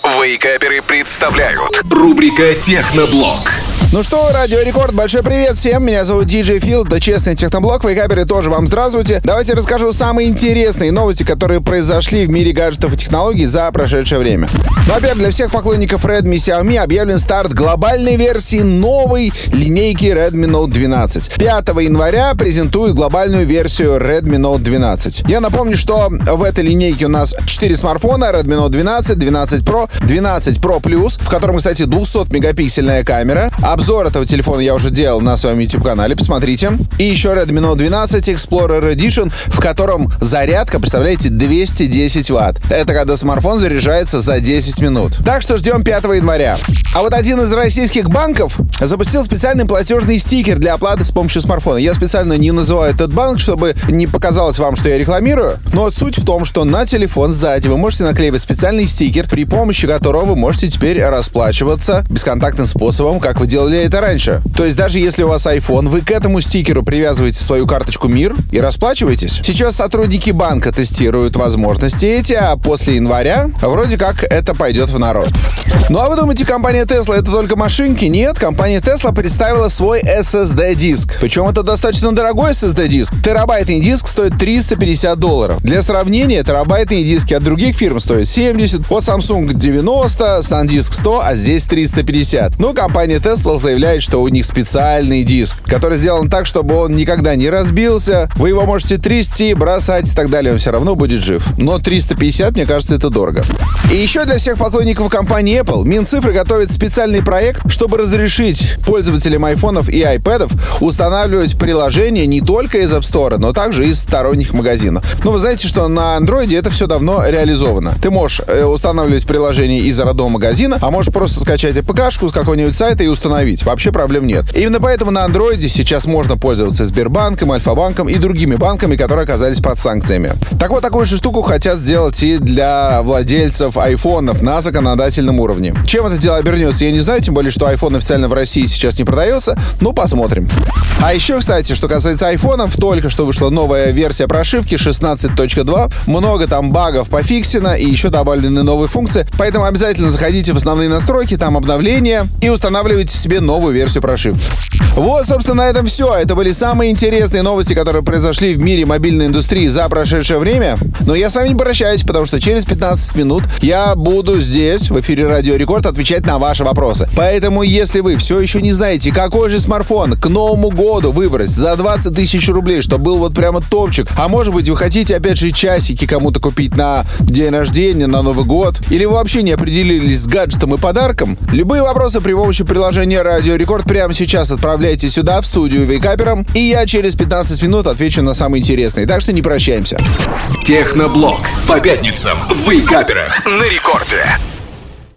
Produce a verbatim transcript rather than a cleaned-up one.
Вейкаперы представляют рубрика «Техноблог». Ну что, Радио Рекорд, большой привет всем. Меня зовут Диджей Фил, это честный техноблог. Вейкаперы тоже вам здравствуйте. Давайте расскажу самые интересные новости, которые произошли в мире гаджетов и технологий за прошедшее время. Во-первых, для всех поклонников Redmi и Xiaomi объявлен старт глобальной версии новой линейки Redmi Note двенадцать. пятого января презентуют глобальную версию Redmi Note двенадцать. Я напомню, что в этой линейке у нас четыре смартфона: Redmi Note двенадцать, двенадцать Pro, двенадцать Pro Plus, в котором, кстати, двухсотмегапиксельная камера. Обзор этого телефона я уже делал на своем YouTube-канале, посмотрите. И еще Redmi Note двенадцать Explorer Edition, в котором зарядка, представляете, двести десять ватт. Это когда смартфон заряжается за десять минут. Так что ждем пятого января. А вот один из российских банков запустил специальный платежный стикер для оплаты с помощью смартфона. Я специально не называю этот банк, чтобы не показалось вам, что я рекламирую. Но суть в том, что на телефон сзади вы можете наклеивать специальный стикер, при помощи которого вы можете теперь расплачиваться бесконтактным способом, как вы делали это раньше. То есть даже если у вас iPhone, вы к этому стикеру привязываете свою карточку МИР и расплачиваетесь. Сейчас сотрудники банка тестируют возможности эти, а после января вроде как это пойдет в народ. Ну а вы думаете, компания Tesla это только машинки? Нет, компания Tesla представила свой эс эс ди-диск. Причем это достаточно дорогой эс эс ди-диск. Терабайтный диск стоит триста пятьдесят долларов. Для сравнения, терабайтные диски от других фирм стоят семьдесят, от Samsung девяносто, SanDisk сто, а здесь триста пятьдесят. Ну, компания Tesla заявляет, что у них специальный диск, который сделан так, чтобы он никогда не разбился. Вы его можете трясти, бросать и так далее, он все равно будет жив. Но триста пятьдесят, мне кажется, это дорого. И еще для всех поклонников компании Apple Минцифры готовит специальный проект, чтобы разрешить пользователям айфонов и айпэдов устанавливать приложения не только из App Store, но также из сторонних магазинов. Ну, вы знаете, что на Android это все давно реализовано. Ты можешь э, устанавливать приложение из родного магазина, а можешь просто скачать эй пи кашку с какого-нибудь сайта и установить. Вообще проблем нет. Именно поэтому на Android сейчас можно пользоваться Сбербанком, Альфа-банком и другими банками, которые оказались под санкциями. Так вот, такую же штуку хотят сделать и для владельцев айфонов на законодательном уровне. Чем это дело обернется, я не знаю, тем более, что iPhone официально в России сейчас не продается, но посмотрим. А еще, кстати, что касается айфонов, только что вышла новая версия прошивки шестнадцать точка два, много там багов пофиксено и еще добавлены новые функции, поэтому обязательно заходите в основные настройки, там обновления и устанавливайте себе новую версию прошивки. Вот, собственно, на этом все. Это были самые интересные новости, которые произошли в мире мобильной индустрии за прошедшее время. Но я с вами не прощаюсь, потому что через пятнадцать минут я буду здесь, в эфире Радио Рекорд, отвечать на ваши вопросы. Поэтому, если вы все еще не знаете, какой же смартфон к Новому году выбрать за двадцать тысяч рублей, чтобы был вот прямо топчик, а может быть, вы хотите, опять же, часики кому-то купить на день рождения, на Новый год, или вы вообще не определились с гаджетом и подарком, любые вопросы при помощи приложения Радио Рекорд прямо сейчас отправляйте сюда, в студию Вейкапером, и я через пятнадцать минут отвечу на самые интересные. Так что не прощаемся. Техноблог по пятницам в Вейкаперах на Рекорде.